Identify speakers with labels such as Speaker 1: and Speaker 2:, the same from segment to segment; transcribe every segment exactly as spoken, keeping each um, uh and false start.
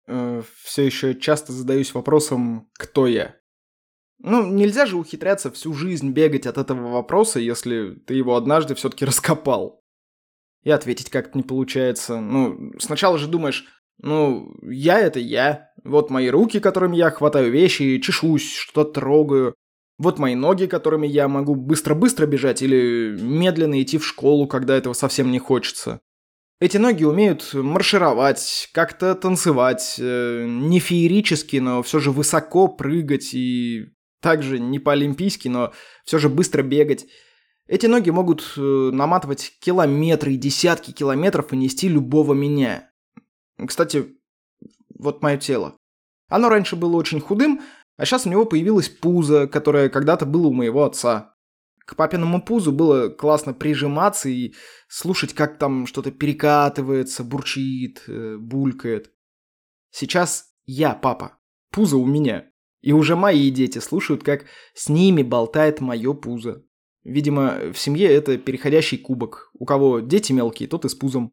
Speaker 1: э, все еще часто задаюсь вопросом, кто я. Ну, нельзя же ухитряться всю жизнь бегать от этого вопроса, если ты его однажды все-таки раскопал. И ответить как-то не получается. Ну, сначала же думаешь, ну, я это я. Вот мои руки, которыми я хватаю вещи, чешусь, что-то трогаю. Вот мои ноги, которыми я могу быстро-быстро бежать или медленно идти в школу, когда этого совсем не хочется. Эти ноги умеют маршировать, как-то танцевать, э, не феерически, но все же высоко прыгать и также не по-олимпийски, но все же быстро бегать. Эти ноги могут э, наматывать километры и десятки километров и нести любого меня. Кстати, вот мое тело. Оно раньше было очень худым, а сейчас у него появилось пузо, которое когда-то было у моего отца. К папиному пузу было классно прижиматься и слушать, как там что-то перекатывается, бурчит, э, булькает. Сейчас я папа, пузо у меня. И уже мои дети слушают, как с ними болтает мое пузо. Видимо, в семье это переходящий кубок. У кого дети мелкие, тот и с пузом.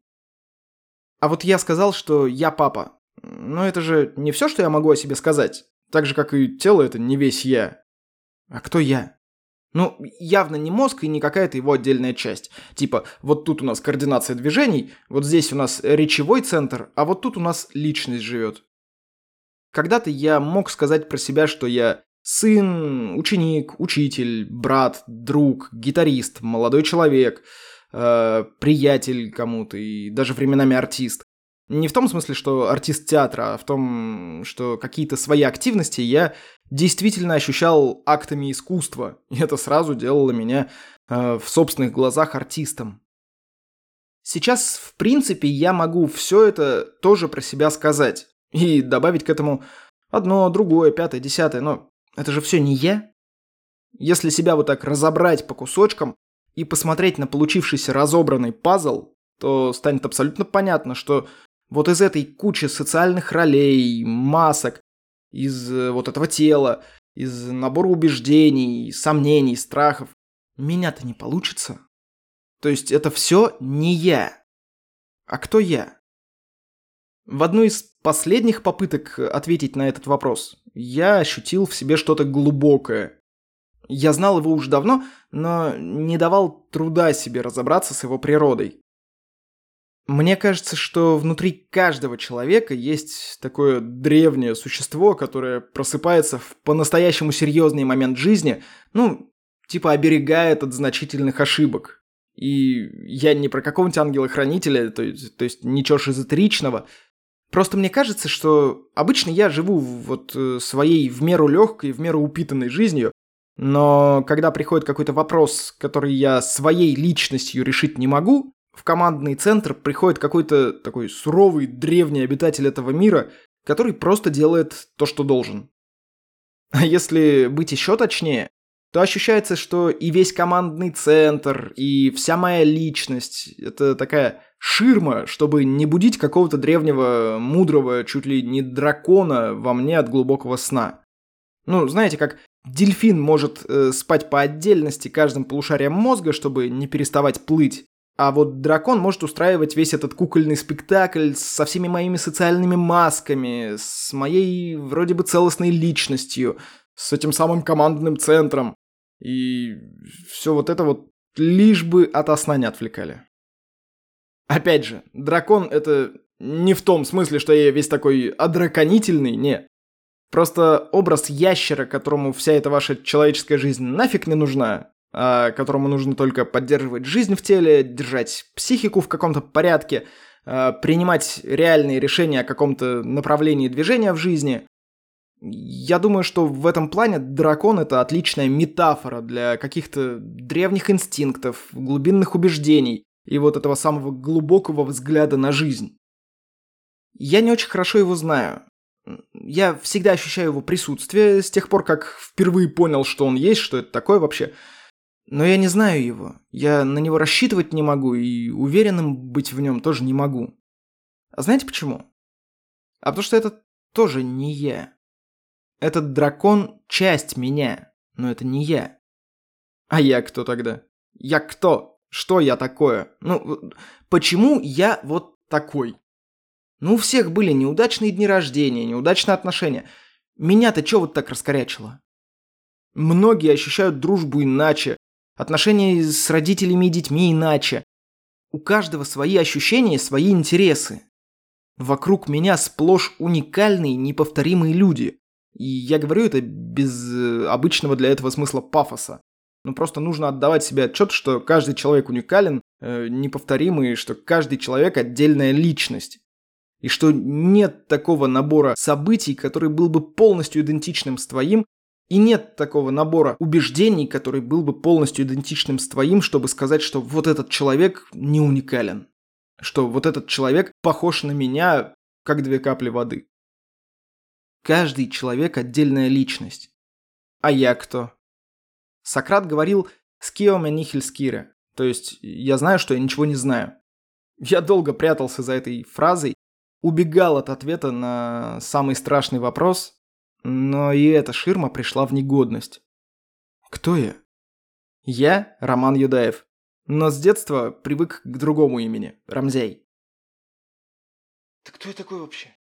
Speaker 1: А вот я сказал, что я папа. Но это же не все, что я могу о себе сказать. Так же, как и тело, это не весь я. А кто я? Ну, явно не мозг и не какая-то его отдельная часть. Типа, вот тут у нас координация движений, вот здесь у нас речевой центр, а вот тут у нас личность живет. Когда-то я мог сказать про себя, что я сын, ученик, учитель, брат, друг, гитарист, молодой человек, э, приятель кому-то и даже временами артист. Не в том смысле, что артист театра, а в том, что какие-то свои активности я действительно ощущал актами искусства, и это сразу делало меня э, в собственных глазах артистом. Сейчас, в принципе, я могу все это тоже про себя сказать и добавить к этому одно, другое, пятое, десятое, но это же все не я. Если себя вот так разобрать по кусочкам и посмотреть на получившийся разобранный пазл, то станет абсолютно понятно, что вот из этой кучи социальных ролей, масок, из вот этого тела, из набора убеждений, сомнений, страхов, меня-то не получится. То есть это все не я. А кто я? В одной из последних попыток ответить на этот вопрос я ощутил в себе что-то глубокое. Я знал его уже давно, но не давал труда себе разобраться с его природой. Мне кажется, что внутри каждого человека есть такое древнее существо, которое просыпается в по-настоящему серьезный момент жизни, ну, типа оберегает от значительных ошибок. И я не про какого-нибудь ангела-хранителя, то есть, то есть ничего шизотеричного. Просто мне кажется, что обычно я живу вот своей в меру легкой, в меру упитанной жизнью, но когда приходит какой-то вопрос, который я своей личностью решить не могу, в командный центр приходит какой-то такой суровый древний обитатель этого мира, который просто делает то, что должен. А если быть еще точнее, то ощущается, что и весь командный центр, и вся моя личность – это такая ширма, чтобы не будить какого-то древнего, мудрого, чуть ли не дракона во мне от глубокого сна. Ну, знаете, как дельфин может э, спать по отдельности каждым полушарием мозга, чтобы не переставать плыть, а вот дракон может устраивать весь этот кукольный спектакль со всеми моими социальными масками, с моей вроде бы целостной личностью, с этим самым командным центром. И все вот это вот лишь бы ото сна не отвлекали. Опять же, дракон это не в том смысле, что я весь такой одраконительный, не. Просто образ ящера, которому вся эта ваша человеческая жизнь нафиг не нужна, а которому нужно только поддерживать жизнь в теле, держать психику в каком-то порядке, принимать реальные решения о каком-то направлении движения в жизни. Я думаю, что в этом плане дракон – это отличная метафора для каких-то древних инстинктов, глубинных убеждений и вот этого самого глубокого взгляда на жизнь. Я не очень хорошо его знаю. Я всегда ощущаю его присутствие с тех пор, как впервые понял, что он есть, что это такое вообще. Но я не знаю его. Я на него рассчитывать не могу и уверенным быть в нем тоже не могу. А знаете почему? А потому что это тоже не я. Этот дракон – часть меня, но это не я. А я кто тогда? Я кто? Что я такое? Ну, почему я вот такой? Ну, у всех были неудачные дни рождения, неудачные отношения. Меня-то чё вот так раскорячило? Многие ощущают дружбу иначе, отношения с родителями и детьми иначе. У каждого свои ощущения, свои интересы. Вокруг меня сплошь уникальные, неповторимые люди. И я говорю это без э, обычного для этого смысла пафоса. Но просто нужно отдавать себе отчет, что каждый человек уникален, э, неповторимый, что каждый человек отдельная личность. И что нет такого набора событий, который был бы полностью идентичным с твоим, и нет такого набора убеждений, который был бы полностью идентичным с твоим, чтобы сказать, что вот этот человек не уникален. Что вот этот человек похож на меня, как две капли воды. Каждый человек – отдельная личность. А я кто? Сократ говорил «скио me nihil scire», то есть «я знаю, что я ничего не знаю». Я долго прятался за этой фразой, убегал от ответа на самый страшный вопрос, но и эта ширма пришла в негодность. Кто я? Я Роман Юдаев, но с детства привык к другому имени – Рамзей. Ты кто я такой вообще?